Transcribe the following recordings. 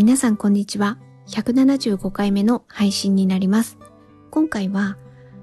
皆さんこんにちは。175回目の配信になります。今回は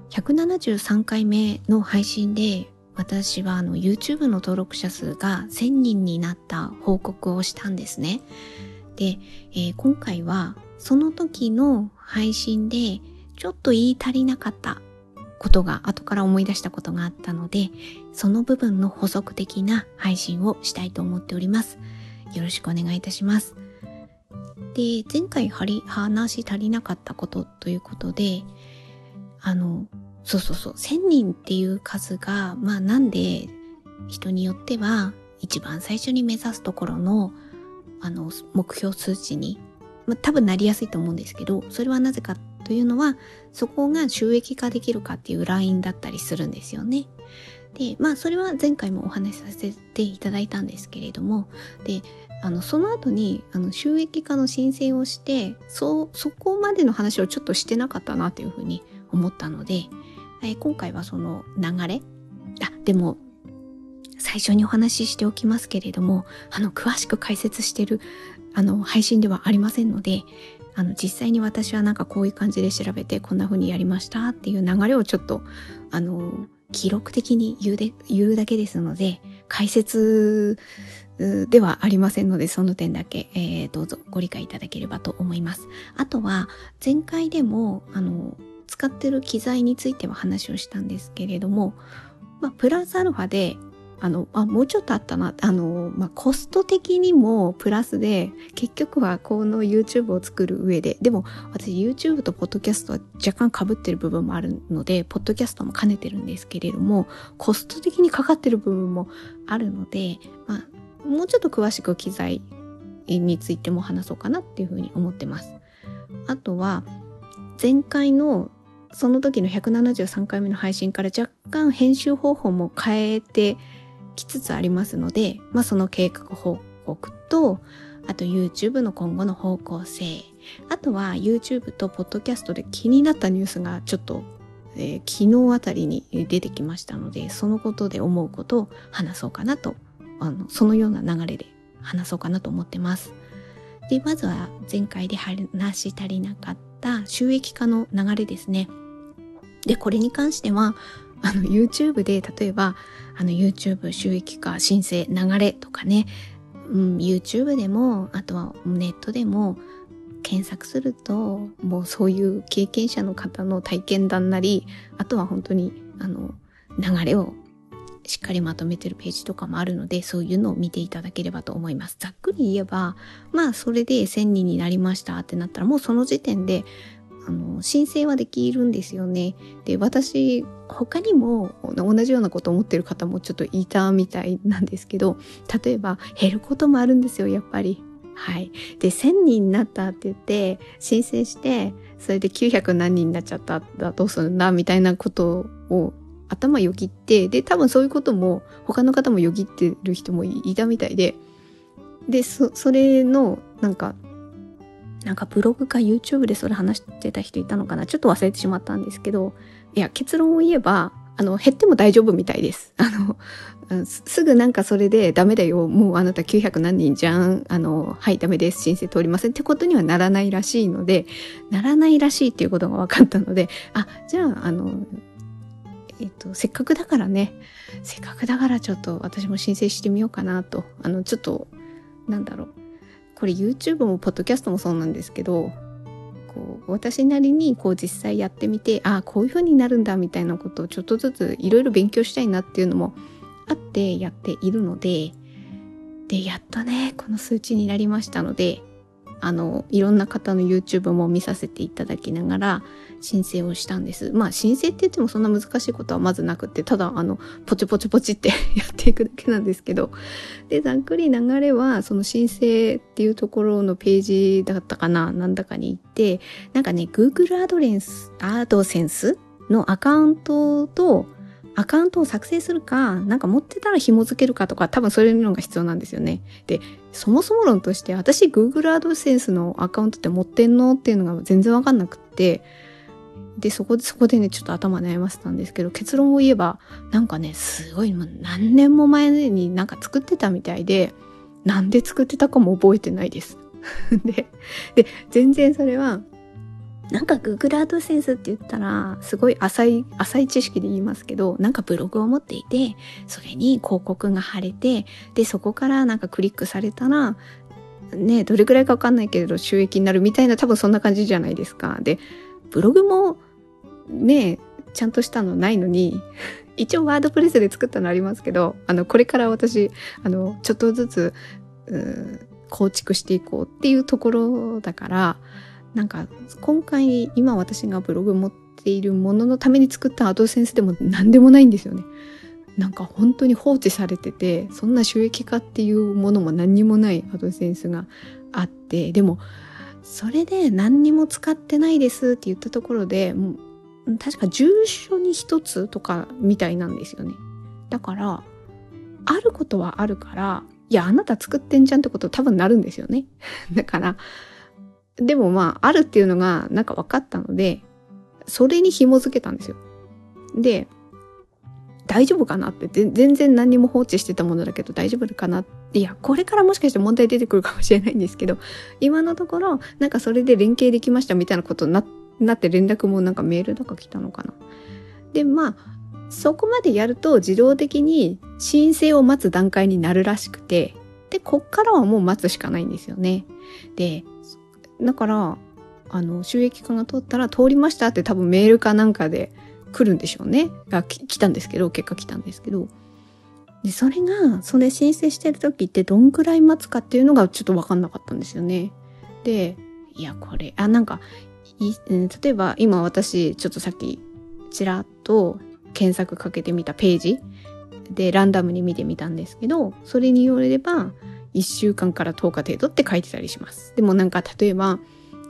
173回目の配信で、私はYouTube の登録者数が1000人になった報告をしたんですね。で、今回はその時の配信でちょっと言い足りなかったことが後から思い出したことがあったので、その部分の補足的な配信をしたいと思っております。よろしくお願いいたします。で、前回話し足りなかったことということで、1000人っていう数が、なんで人によっては一番最初に目指すところの目標数値に、多分なりやすいと思うんですけど、それはなぜかというのは、そこが収益化できるかっていうラインだったりするんですよね。で、それは前回もお話しさせていただいたんですけれども、で、その後に収益化の申請をして、そこまでの話をちょっとしてなかったなというふうに思ったので、今回はその流れ、でも最初にお話ししておきますけれども、詳しく解説してる配信ではありませんので、実際に私はこういう感じで調べてこんな風にやりましたっていう流れをちょっと記録的に言うだけですので、解説ではありませんので、その点だけ、どうぞご理解いただければと思います。あとは前回でも使ってる機材については話をしたんですけれども、プラスアルファでもうちょっとあったな。コスト的にもプラスで、結局はこの YouTube を作る上で、でも私 YouTube とポッドキャストは若干被ってる部分もあるので、ポッドキャストも兼ねてるんですけれども、コスト的にかかってる部分もあるので、もうちょっと詳しく機材についても話そうかなっていうふうに思ってます。あとは、前回のその時の173回目の配信から若干編集方法も変えてきつつありますので、その計画報告と、あと YouTube の今後の方向性、あとは YouTube と Podcast で気になったニュースがちょっと、昨日あたりに出てきましたので、そのことで思うことを話そうかなと、そのような流れで話そうかなと思ってます。で、まずは前回で話し足りなかった収益化の流れですね。で、これに関してはYouTube で例えばYouTube 収益化申請流れとかね、YouTube でも、あとはネットでも検索すると、もうそういう経験者の方の体験談なり、あとは本当に流れをしっかりまとめてるページとかもあるので、そういうのを見ていただければと思います。ざっくり言えば、それで1000人になりましたってなったら、もうその時点で申請はできるんですよね。で、私他にも同じようなことを思ってる方もちょっといたみたいなんですけど、例えば減ることもあるんですよ、やっぱり。はい。で、1000人になったって言って申請して、それで900何人になっちゃったらどうするんだみたいなことを頭よぎって、で、多分そういうことも他の方もよぎってる人もいたみたいで、で、それのブログか YouTube でそれ話してた人いたのかな、ちょっと忘れてしまったんですけど、いや、結論を言えば減っても大丈夫みたいです。すぐそれでダメだよ、もうあなた900何人じゃん、はいダメです、申請通りませんってことにはならないらしいので、ならないらしいっていうことが分かったので、じゃあせっかくだからちょっと私も申請してみようかなと、ちょっとこれ YouTube も Podcast もそうなんですけど、私なりに実際やってみて、こういう風になるんだみたいなことをちょっとずついろいろ勉強したいなっていうのもあってやっているので、やっとね、この数値になりましたので、いろんな方の YouTube も見させていただきながら申請をしたんです。申請って言ってもそんな難しいことはまずなくって、ただポチポチポチってやっていくだけなんですけど、で、ざっくり流れはその申請っていうところのページだったかな、なんだかに行って、Google アドセンスのアカウントを作成するか、持ってたら紐付けるかとか、多分そういうのが必要なんですよね。で、そもそも論として、私 Google AdSense のアカウントって持ってんのっていうのが全然わかんなくって、で、そこでね、ちょっと頭悩ませたんですけど、結論を言えば、すごい何年も前に作ってたみたいで、なんで作ってたかも覚えてないです。 で、全然それは、なんか Google AdSense って言ったら、すごい浅い知識で言いますけど、なんかブログを持っていて、それに広告が貼れて、で、そこからなんかクリックされたら、ね、どれくらいかわかんないけれど収益になるみたいな、多分そんな感じじゃないですか。で、ブログもね、ちゃんとしたのないのに、一応ワードプレスで作ったのありますけど、これから私、ちょっとずつ、構築していこうっていうところだから、なんか今私がブログ持っているもののために作ったアドセンスでも何でもないんですよね。なんか本当に放置されてて、そんな収益化っていうものも何にもないアドセンスがあって、でもそれで何にも使ってないですって言ったところで、もう確か住所に一つとかみたいなんですよね。だからあることはあるから、いやあなた作ってんじゃんってこと多分なるんですよね。だからでもまああるっていうのがなんか分かったので、それに紐づけたんですよ。で、大丈夫かなって、全然何にも放置してたものだけど大丈夫かなって、いやこれからもしかして問題出てくるかもしれないんですけど、今のところなんかそれで連携できましたみたいなことになって連絡もなんかメールとか来たのかな。でまあそこまでやると自動的に申請を待つ段階になるらしくて、でこっからはもう待つしかないんですよね。でだから収益化が通ったら通りましたって多分メールかなんかで来るんでしょうね。来たんですけど、結果来たんですけど、でそれ申請してる時ってどんくらい待つかっていうのがちょっと分かんなかったんですよね。でいやこれなんか例えば今私ちょっとさっきちらっと検索かけてみたページでランダムに見てみたんですけど、それによれば1週間から10日程度って書いてたりします。でもなんか例えば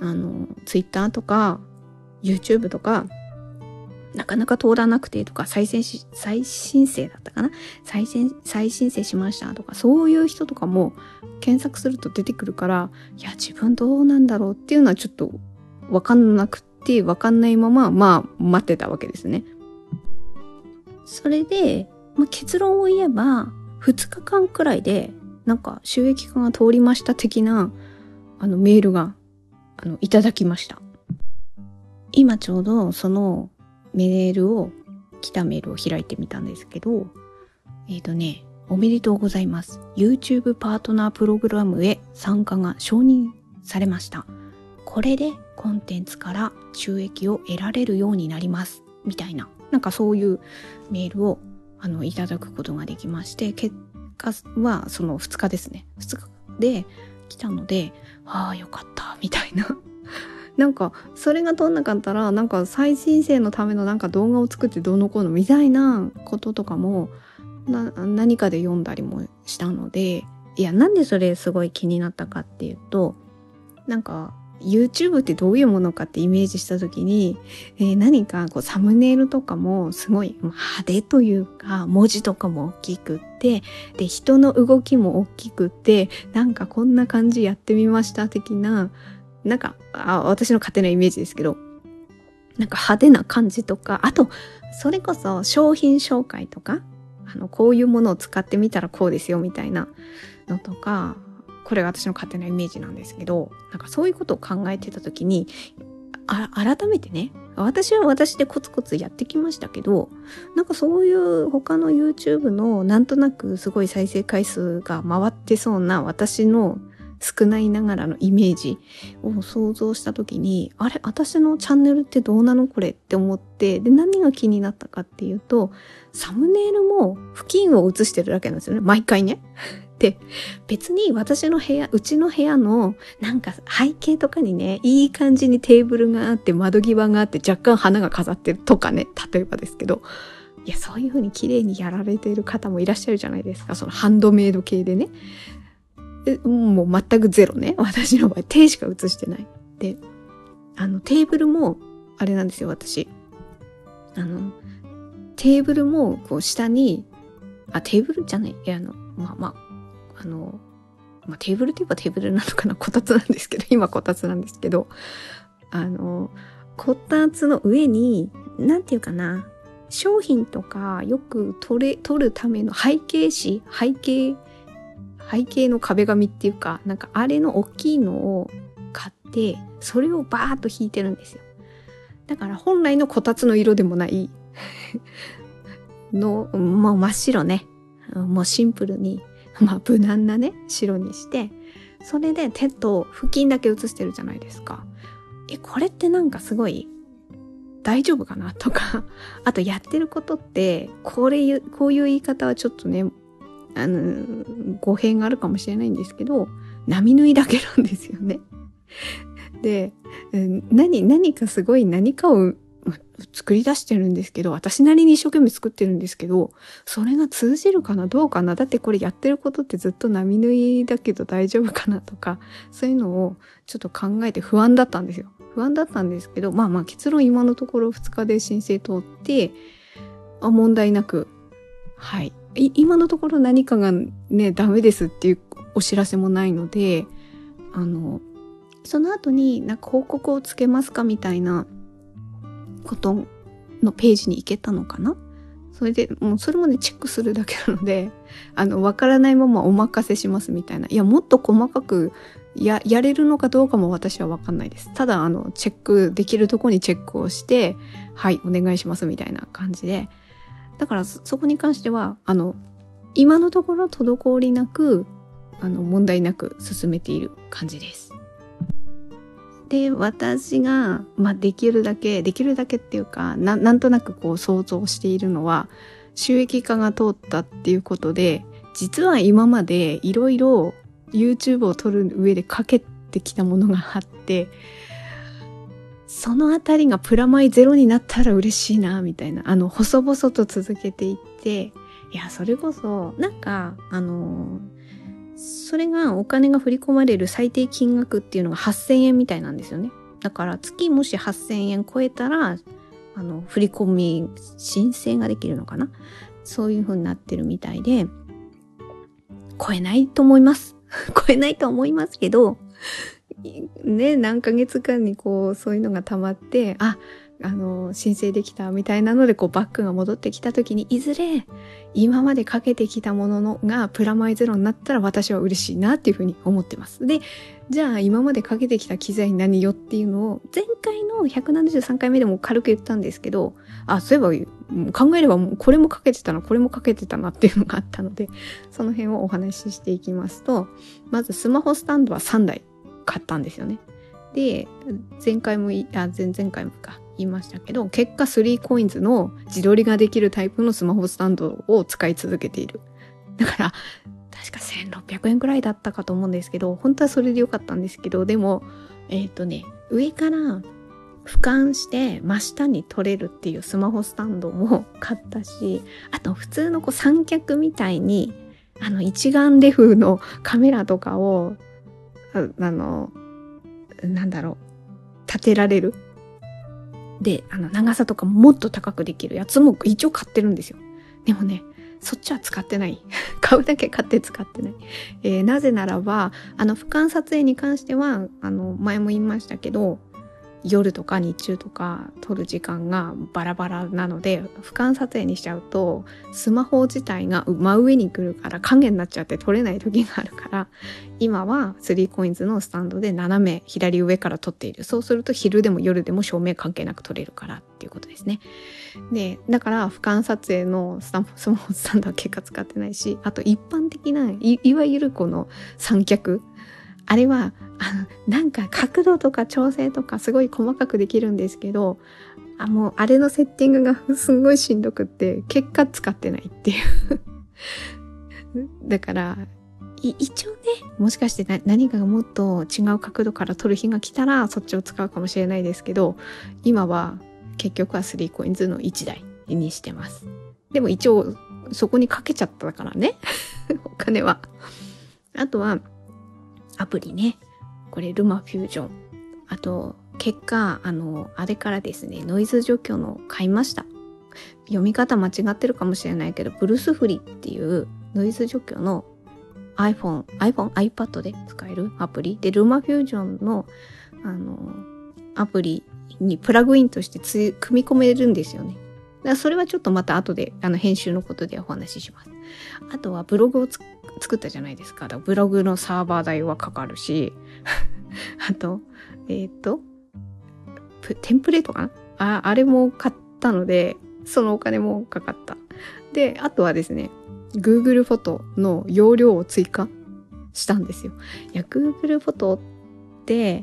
Twitter とか YouTube とかなかなか通らなくてとか、再申請だったかな、再申請しましたとか、そういう人とかも検索すると出てくるから、いや自分どうなんだろうっていうのはちょっと分かんなくて、分かんないまままあ待ってたわけですね。それで、結論を言えば2日間くらいでなんか収益化が通りました的なメールがいただきました。今ちょうどその来たメールを開いてみたんですけど、おめでとうございます。YouTube パートナープログラムへ参加が承認されました。これでコンテンツから収益を得られるようになります。みたいな、なんかそういうメールをいただくことができまして、結果はその2日ですね。2日で来たので、ああよかったみたいな。なんかそれが通んなかったら、なんか再申請のためのなんか動画を作ってどうのこうのみたいなこととかも何かで読んだりもしたので、いやなんでそれすごい気になったかっていうと、なんか YouTube ってどういうものかってイメージした時に、何かこうサムネイルとかもすごい派手というか、文字とかも大きくって、で人の動きも大きくって、なんかこんな感じやってみました的な、なんか私の勝手なイメージですけど、なんか派手な感じとか、あとそれこそ商品紹介とか、こういうものを使ってみたらこうですよみたいなのとか、これが私の勝手なイメージなんですけど、なんかそういうことを考えてた時に、改めてね、私は私でコツコツやってきましたけど、なんかそういう他の YouTube のなんとなくすごい再生回数が回ってそうな私の少ないながらのイメージを想像した時に、あれ私のチャンネルってどうなのこれって思って、で何が気になったかっていうと、サムネイルも付近を映してるだけなんですよね、毎回ね。で別に私のうちの部屋のなんか背景とかにね、いい感じにテーブルがあって窓際があって若干花が飾ってるとかね、例えばですけど、いやそういう風に綺麗にやられている方もいらっしゃるじゃないですか、そのハンドメイド系でね。もう全くゼロね。私の場合手しか映してない。で、テーブルもあれなんですよ、私。テーブルもこう下に、テーブルじゃない、テーブルといえばテーブルなのかな、こたつなんですけど、今こたつなんですけど、こたつの上に、なんていうかな、商品とかよく撮るための背景背景の壁紙っていうか、なんかあれの大きいのを買って、それをバーッと引いてるんですよ。だから本来のこたつの色でもないの、もう真っ白ね。もうシンプルに、無難なね、白にして、それで手と布巾だけ写してるじゃないですか。これってなんかすごい大丈夫かなとか、あとやってることって、こういう言い方はちょっとね、語弊があるかもしれないんですけど、並縫いだけなんですよね。で、何かすごい何かを作り出してるんですけど、私なりに一生懸命作ってるんですけど、それが通じるかなどうかな、だってこれやってることってずっと並縫いだけど大丈夫かなとか、そういうのをちょっと考えて不安だったんですよ。不安だったんですけど、結論今のところ2日で申請通って、問題なく、はい。今のところ何かがね、ダメですっていうお知らせもないので、その後になんか広告をつけますかみたいなことのページに行けたのかな。それでもうそれもねチェックするだけなので、わからないままお任せしますみたいな。いや、もっと細かくやれるのかどうかも私はわかんないです。ただチェックできるところにチェックをして、はいお願いしますみたいな感じで。だからそこに関しては今のところ滞りなく問題なく進めている感じです。で、私が、できるだけっていうか、なんとなくこう想像しているのは、収益化が通ったっていうことで、実は今までいろいろ YouTube を撮る上でかけてきたものがあって、そのあたりがプラマイゼロになったら嬉しいな、みたいな。細々と続けていって、いや、それこそ、なんか、それがお金が振り込まれる最低金額っていうのが8000円みたいなんですよね。だから月もし8000円超えたら、振り込み申請ができるのかな。そういう風になってるみたいで、超えないと思います。超えないと思いますけど、ね、何ヶ月間にこう、そういうのが溜まって、申請できたみたいなので、こう、バックが戻ってきた時に、いずれ、今までかけてきたもののがプラマイゼロになったら私は嬉しいなっていうふうに思ってます。で、じゃあ今までかけてきた機材何よっていうのを、前回の173回目でも軽く言ったんですけど、そういえば考えればもうこれもかけてたな、これもかけてたなっていうのがあったので、その辺をお話ししていきますと、まずスマホスタンドは3台買ったんですよね。で、前々回もか言いましたけど、結果3COINS の自撮りができるタイプのスマホスタンドを使い続けている。だから確か1600円くらいだったかと思うんですけど、本当はそれでよかったんですけど、でも上から俯瞰して真下に撮れるっていうスマホスタンドも買ったし、あと普通の三脚みたいに一眼レフのカメラとかを立てられる。で、長さとかもっと高くできるやつも一応買ってるんですよ。でもね、そっちは使ってない。買うだけ買って使ってない。なぜならば、俯瞰撮影に関しては、前も言いましたけど、夜とか日中とか撮る時間がバラバラなので、俯瞰撮影にしちゃうとスマホ自体が真上に来るから影になっちゃって撮れない時があるから、今は3COINSのスタンドで斜め左上から撮っている。そうすると昼でも夜でも照明関係なく撮れるからっていうことですね。で、だから俯瞰撮影のスマホスタンドは結果使ってないし、あと一般的ないわゆるこの三脚、あれはなんか角度とか調整とかすごい細かくできるんですけど、もうあれのセッティングがすんごいしんどくって結果使ってないっていうだから一応ね、もしかして何かがもっと違う角度から撮る日が来たらそっちを使うかもしれないですけど、今は結局は3COINSの1台にしてます。でも一応そこにかけちゃったからねお金は。あとはアプリね。これルマフュージョン。あと、結果、あれからですね、ノイズ除去の買いました。読み方間違ってるかもしれないけど、ブルスフリっていうノイズ除去の iPad で使えるアプリで、ルマフュージョンの、アプリにプラグインとして組み込めるんですよね。 からそれはちょっとまた後で編集のことでお話しします。あとはブログを作ったじゃないですか。だからブログのサーバー代はかかるしあとテンプレートかな、あれも買ったのでそのお金もかかった。であとはですね、 Google フォトの容量を追加したんですよ。いや Google フォトって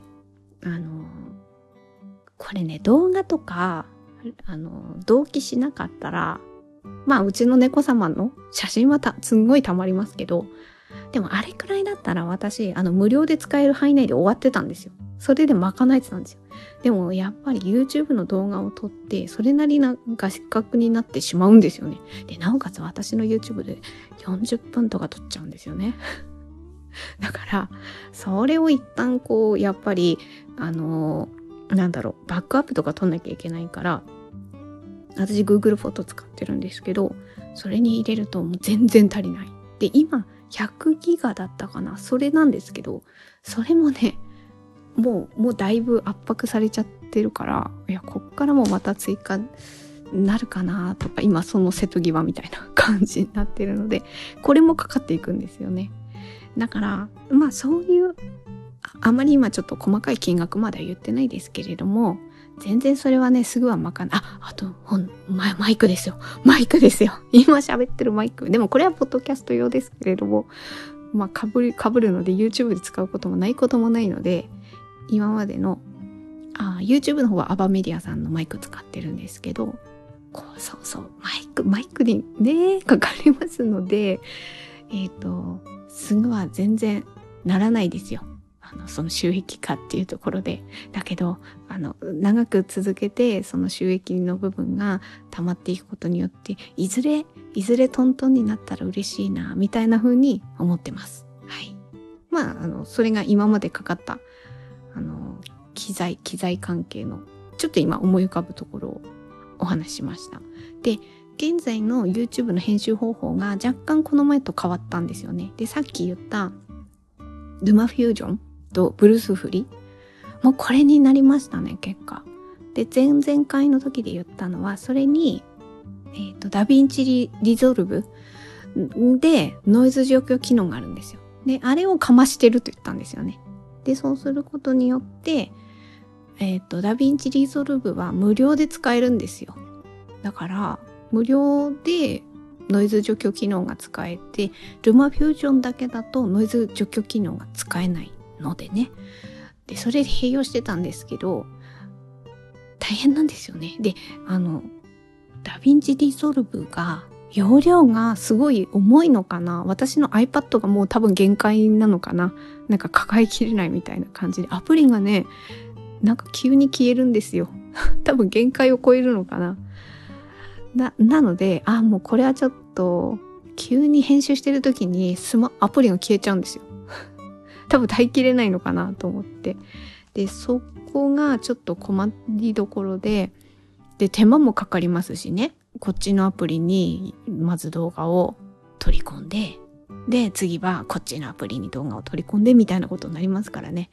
これね、動画とか同期しなかったら、まあうちの猫様の写真はすんごい溜まりますけど、でもあれくらいだったら私無料で使える範囲内で終わってたんですよ。それで賄えてたんですよ。でもやっぱり YouTube の動画を撮ってそれなりな画角になってしまうんですよね。でなおかつ私の YouTube で40分とか撮っちゃうんですよね。だからそれを一旦こうやっぱりバックアップとか撮んなきゃいけないから、私 Google フォト使ってるんですけど、それに入れるともう全然足りない。で今100ギガだったかな、それなんですけど、それもねもうだいぶ圧迫されちゃってるから、いやこっからもまた追加なるかなとか、今その瀬戸際みたいな感じになってるので、これもかかっていくんですよね。だからまあそういうあまり今ちょっと細かい金額までは言ってないですけれども、全然それはねすぐはあとマイクですよ。マイクですよ。今喋ってるマイク。でもこれはポッドキャスト用ですけれども、まあかぶるので YouTube で使うこともないこともないので、今までのYouTube の方はアバメディアさんのマイク使ってるんですけど、そうマイクにねかかりますので、すぐは全然ならないですよ。その収益化っていうところで。だけど長く続けてその収益の部分が溜まっていくことによって、いずれトントンになったら嬉しいなみたいな風に思ってます。はい。まあそれが今までかかった機材関係のちょっと今思い浮かぶところをお話ししました。で現在の YouTube の編集方法が若干この前と変わったんですよね。でさっき言ったルマフュージョンとブルースフリもうこれになりましたね、結果。で前々回の時で言ったのは、それにダヴィンチリゾルブでノイズ除去機能があるんですよ。であれをかましてると言ったんですよね。でそうすることによってダヴィンチリゾルブは無料で使えるんですよ。だから無料でノイズ除去機能が使えて、ルマフュージョンだけだとノイズ除去機能が使えないのでね。でそれで併用してたんですけど大変なんですよね。でダヴィンチリゾルブが容量がすごい重いのかな、私の iPad がもう多分限界なのかな、なんか抱えきれないみたいな感じで、アプリがねなんか急に消えるんですよ。多分限界を超えるのかな。なのでもうこれはちょっと急に編集してる時にアプリが消えちゃうんですよ。多分耐えきれないのかなと思って、でそこがちょっと困りどころで手間もかかりますしね、こっちのアプリにまず動画を取り込んで、で次はこっちのアプリに動画を取り込んでみたいなことになりますからね。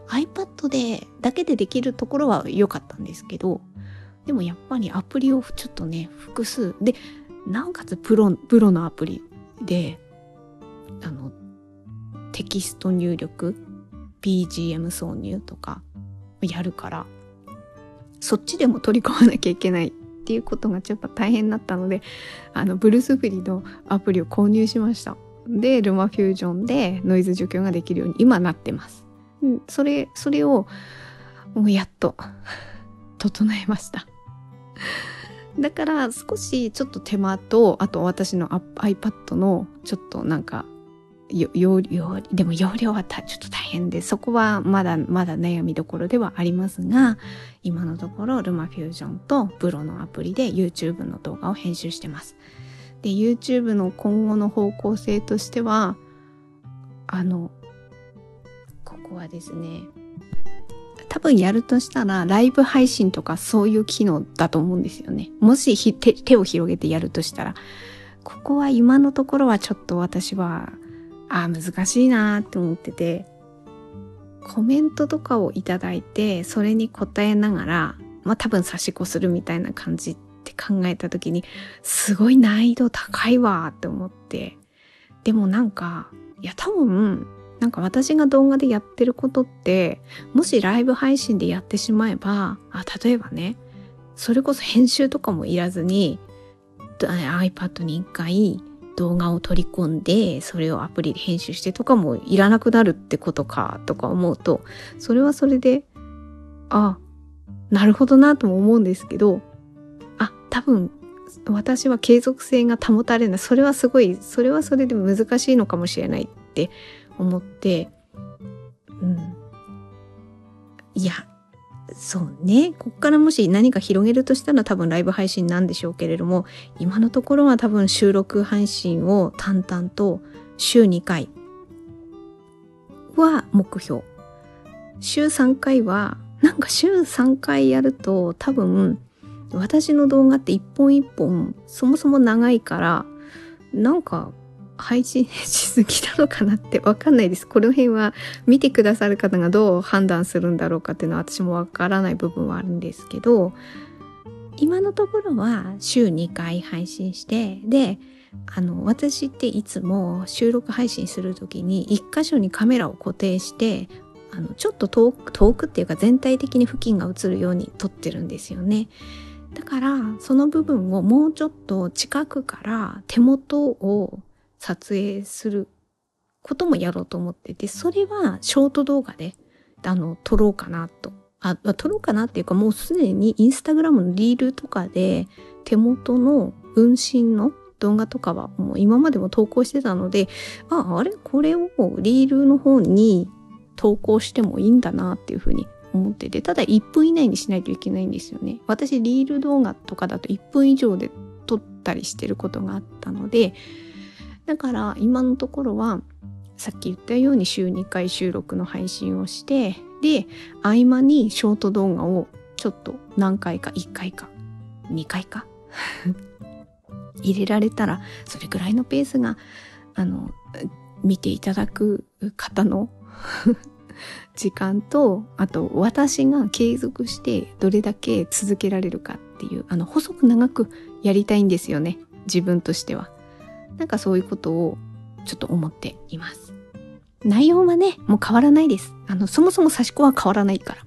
iPad だけでできるところは良かったんですけど、でもやっぱりアプリをちょっとね複数で、なおかつプロのアプリでテキスト入力 BGM 挿入とかやるから、そっちでも取り込まなきゃいけないっていうことがちょっと大変だったので、ブルースフリのアプリを購入しました。でルマフュージョンでノイズ除去ができるように今なってます。それをもうやっと整えました。だから少しちょっと手間と、あと私の iPad のちょっとなんかでも容量はちょっと大変で、そこはまだ悩みどころではありますが、今のところルマフュージョンとプロのアプリで YouTube の動画を編集してます。で YouTube の今後の方向性としてはここはですね、多分やるとしたらライブ配信とかそういう機能だと思うんですよね。もし手を広げてやるとしたら、ここは今のところはちょっと私は難しいなって思ってて、コメントとかをいただいてそれに答えながら多分差し子するみたいな感じって考えた時に、すごい難易度高いわって思って。でもなんか、いや多分、なんか私が動画でやってることって、もしライブ配信でやってしまえば、例えばね、それこそ編集とかもいらずに、iPad に一回動画を取り込んで、それをアプリで編集してとかもいらなくなるってことかとか思うと、それはそれで、なるほどなとも思うんですけど、多分私は継続性が保たれない。それはそれで難しいのかもしれないって思って、いや、そうね。こっからもし何か広げるとしたら多分ライブ配信なんでしょうけれども、今のところは多分収録配信を淡々と週2回は目標。週3回は、なんか週3回やると多分私の動画って一本一本そもそも長いから、なんか配信しすぎなのかなってわかんないです。この辺は見てくださる方がどう判断するんだろうかっていうのは私もわからない部分はあるんですけど、今のところは週2回配信して、で、私っていつも収録配信するときに一箇所にカメラを固定して、ちょっと遠くっていうか全体的に付近が映るように撮ってるんですよね。だからその部分をもうちょっと近くから手元を撮影することもやろうと思ってて、それはショート動画で撮ろうかなと。撮ろうかなっていうか、もうすでにインスタグラムのリールとかで手元の分身の動画とかはもう今までも投稿してたので、これをリールの方に投稿してもいいんだなっていうふうに思ってて、ただ1分以内にしないといけないんですよね。私リール動画とかだと1分以上で撮ったりしてることがあったので、だから今のところはさっき言ったように週2回収録の配信をして、で合間にショート動画をちょっと何回か1回か2回か入れられたら、それぐらいのペースが見ていただく方の時間と、あと私が継続してどれだけ続けられるかっていう、細く長くやりたいんですよね、自分としては。なんかそういうことをちょっと思っています。内容はね、もう変わらないです。そもそも刺し子は変わらないから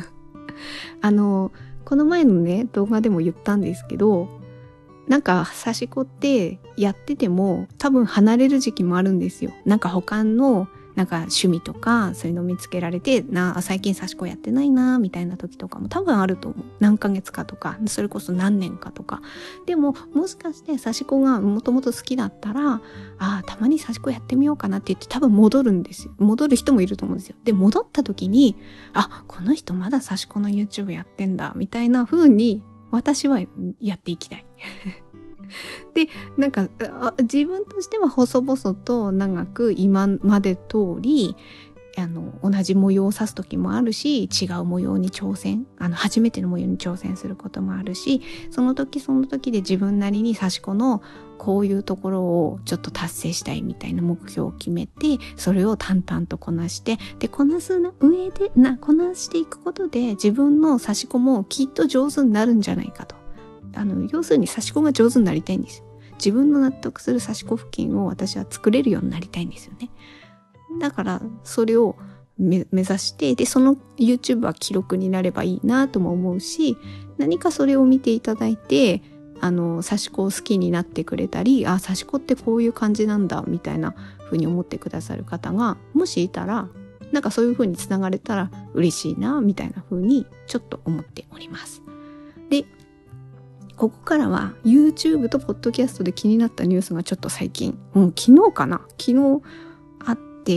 この前のね動画でも言ったんですけど、なんか刺し子ってやってても多分離れる時期もあるんですよ。なんか他のなんか趣味とかそういうの見つけられて、最近刺し子やってないなみたいな時とかも多分あると思う。何ヶ月かとか、それこそ何年かとか。でももしかして刺し子がもともと好きだったら、たまに刺し子やってみようかなって言って多分戻るんですよ。戻る人もいると思うんですよ。で戻った時に、この人まだ刺し子の YouTube やってんだみたいな風に私はやっていきたい。で、なんか自分としては細々と長く今まで通り同じ模様を刺す時もあるし、違う模様に挑戦、初めての模様に挑戦することもあるし、その時その時で自分なりに刺し子のこういうところをちょっと達成したいみたいな目標を決めて、それを淡々とこなして、でこなしていくことで自分の刺し子もきっと上手になるんじゃないかと。要するに刺し子が上手になりたいんですよ。自分の納得する刺し子付近を私は作れるようになりたいんですよね。だからそれを目指して、でその YouTube は記録になればいいなとも思うし、何かそれを見ていただいて刺し子を好きになってくれたり、刺し子ってこういう感じなんだみたいな風に思ってくださる方がもしいたら、なんかそういう風につながれたら嬉しいなみたいな風にちょっと思っております。でここからは YouTube と Podcast で気になったニュースがちょっと最近、昨日あって、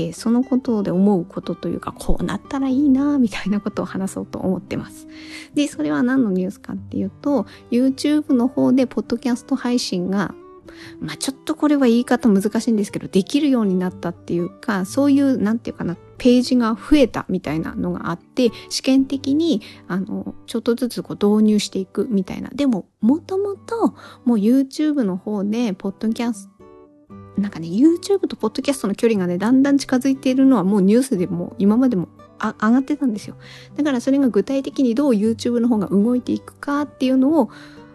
そのことで思うことというか、こうなったらいいなみたいなことを話そうと思ってます。で、それは何のニュースかっていうと、YouTube の方で Podcast 配信が、ちょっとこれは言い方難しいんですけど、できるようになったっていうか、そういうなんていうかな、ページが増えたみたいなのがあって、試験的にちょっとずつ導入していくみたいな。でももともともう YouTube の方でポッドキャスト、なんかね、 YouTube とポッドキャストの距離がねだんだん近づいているのはもうニュースでも今までも上がってたんですよ。だからそれが具体的にどう YouTube の方が動いていくかっていうのを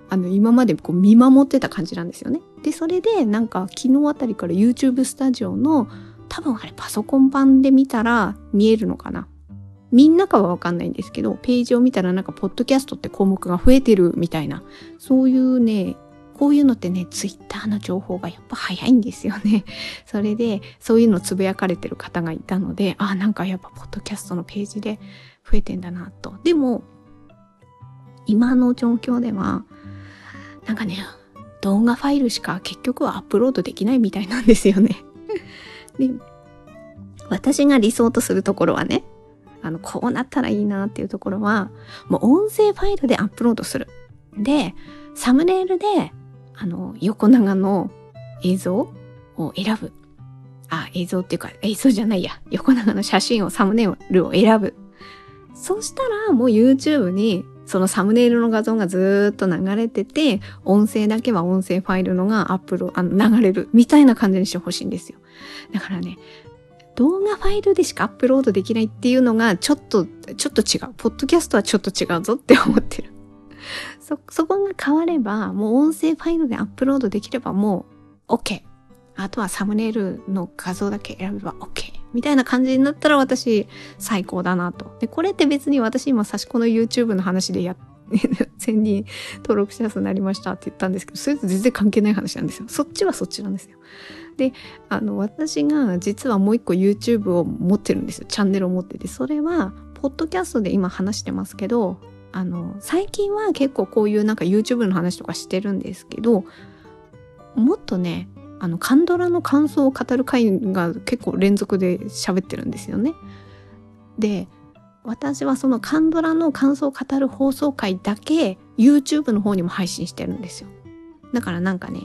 今までこう見守ってた感じなんですよね。で、それでなんか昨日あたりから YouTube スタジオの多分あれパソコン版で見たら見えるのかな。みんなかはわかんないんですけど、ページを見たらなんかポッドキャストって項目が増えてるみたいな、そういうね、こういうのってね、ツイッターの情報がやっぱ早いんですよね。それで、そういうのつぶやかれてる方がいたので、なんかやっぱポッドキャストのページで増えてんだなと。でも、今の状況では、なんかね、動画ファイルしか結局はアップロードできないみたいなんですよね。で、私が理想とするところはね、こうなったらいいなっていうところは、もう音声ファイルでアップロードする。で、サムネイルで、横長の映像を選ぶ。映像っていうか、映像じゃないや。横長の写真を、サムネイルを選ぶ。そしたら、もう YouTube に、そのサムネイルの画像がずーっと流れてて、音声だけは音声ファイルのが流れる。みたいな感じにしてほしいんですよ。だからね、動画ファイルでしかアップロードできないっていうのがちょっと違う。ポッドキャストはちょっと違うぞって思ってる。そこが変われば、もう音声ファイルでアップロードできればもう OK。あとはサムネイルの画像だけ選べば OK。みたいな感じになったら私最高だなと。で、これって別に私今差し子の YouTube の話で1000人登録者数になりましたって言ったんですけど、それと全然関係ない話なんですよ。そっちはそっちなんですよ。で、私が実はもう一個 YouTube を持ってるんですよ。チャンネルを持ってて。それは、ポッドキャストで今話してますけど、最近は結構こういうなんか YouTube の話とかしてるんですけど、もっとね、カンドラの感想を語る回が結構連続で喋ってるんですよね。で、私はそのカンドラの感想を語る放送回だけ YouTube の方にも配信してるんですよ。だからなんかね、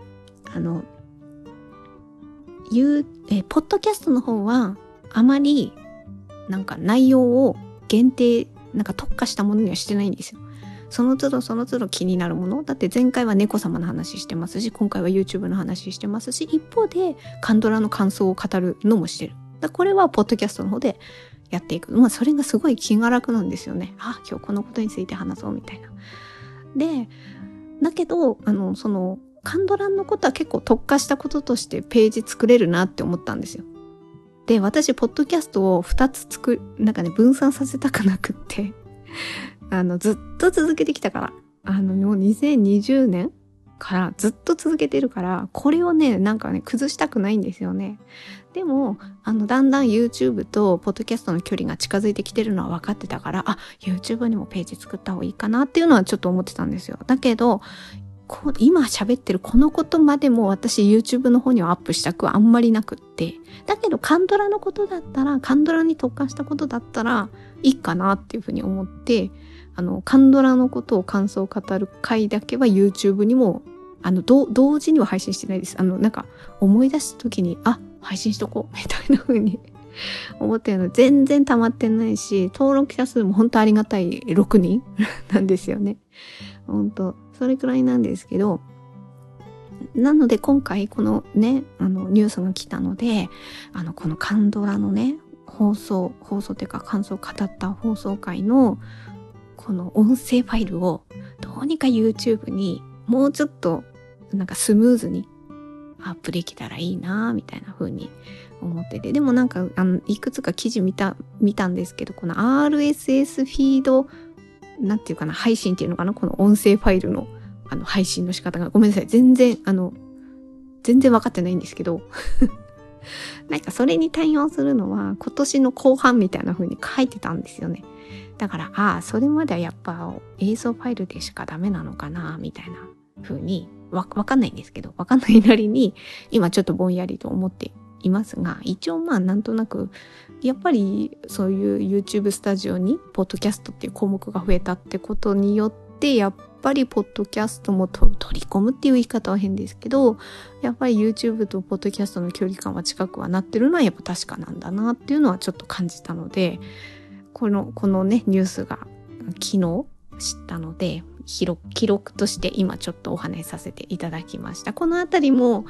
ポッドキャストの方はあまりなんか内容を限定、なんか特化したものにはしてないんですよ。その都度気になるもの。だって前回は猫様の話してますし、今回は YouTube の話してますし、一方でカンドラの感想を語るのもしてる。これはポッドキャストの方でやっていく。それがすごい気が楽なんですよね。今日このことについて話そうみたいな。で、だけど、カンドラのことは結構特化したこととしてページ作れるなって思ったんですよ。で、私、ポッドキャストを2つ分散させたくなくって、ずっと続けてきたから、もう2020年からずっと続けてるから、これをね、崩したくないんですよね。でも、だんだん YouTube とポッドキャストの距離が近づいてきてるのは分かってたから、YouTube にもページ作った方がいいかなっていうのはちょっと思ってたんですよ。だけど、今喋ってるこのことまでも私 YouTube の方にはアップしたくはあんまりなくって。だけどカンドラのことだったら、カンドラに特化したことだったらいいかなっていうふうに思って、カンドラのことを感想を語る回だけは YouTube にも、同時には配信してないです。思い出した時に、配信しとこうみたいな風に思ってるの全然溜まってないし、登録者数も本当ありがたい6人なんですよね。本当それくらいなんですけど、なので今回このね、ニュースが来たので、このカンドラのね、放送っていうか感想を語った放送回のこの音声ファイルをどうにか YouTube にもうちょっとスムーズにアップできたらいいなみたいな風に思ってて、でもいくつか記事見たんですけど、この RSS フィード配信っていうのかな、この音声ファイルの配信の仕方がごめんなさい、全然分かってないんですけどそれに対応するのは今年の後半みたいな風に書いてたんですよね。だからそれまではやっぱ映像ファイルでしかダメなのかなみたいな風にわかんないんですけど、わかんないなりに今ちょっとぼんやりと思っていますが、一応なんとなくやっぱりそういう YouTube スタジオにポッドキャストっていう項目が増えたってことによって、やっぱりポッドキャストも取り込むっていう言い方は変ですけど、やっぱり YouTube とポッドキャストの距離感は近くはなってるのはやっぱ確かなんだなっていうのはちょっと感じたので、このねニュースが昨日知ったので記録として今ちょっとお話しさせていただきました。このあたりも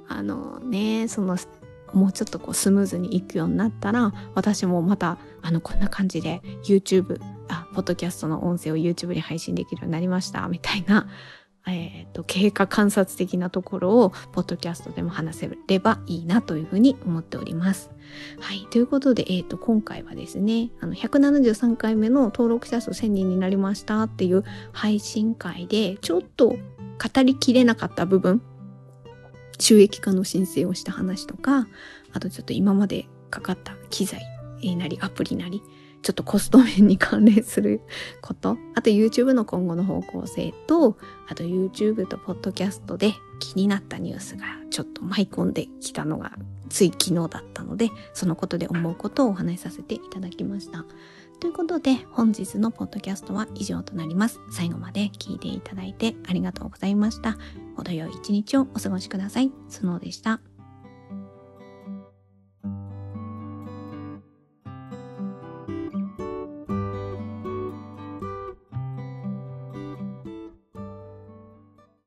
もうちょっとスムーズにいくようになったら、私もまたこんな感じで YouTube ポッドキャストの音声を YouTube に配信できるようになりましたみたいな経過観察的なところをポッドキャストでも話せればいいなというふうに思っております。はい。ということで、今回はですね、173回目の登録者数1000人になりましたっていう配信会で、ちょっと語りきれなかった部分、収益化の申請をした話とか、あとちょっと今までかかった機材なりアプリなり、ちょっとコスト面に関連すること、あと YouTube の今後の方向性と、あと YouTube と Podcast で気になったニュースがちょっと舞い込んできたのがつい昨日だったので、そのことで思うことをお話しさせていただきました。ということで、本日のポッドキャストは以上となります。最後まで聞いていただいてありがとうございました。程よい一日をお過ごしください。スノーでした。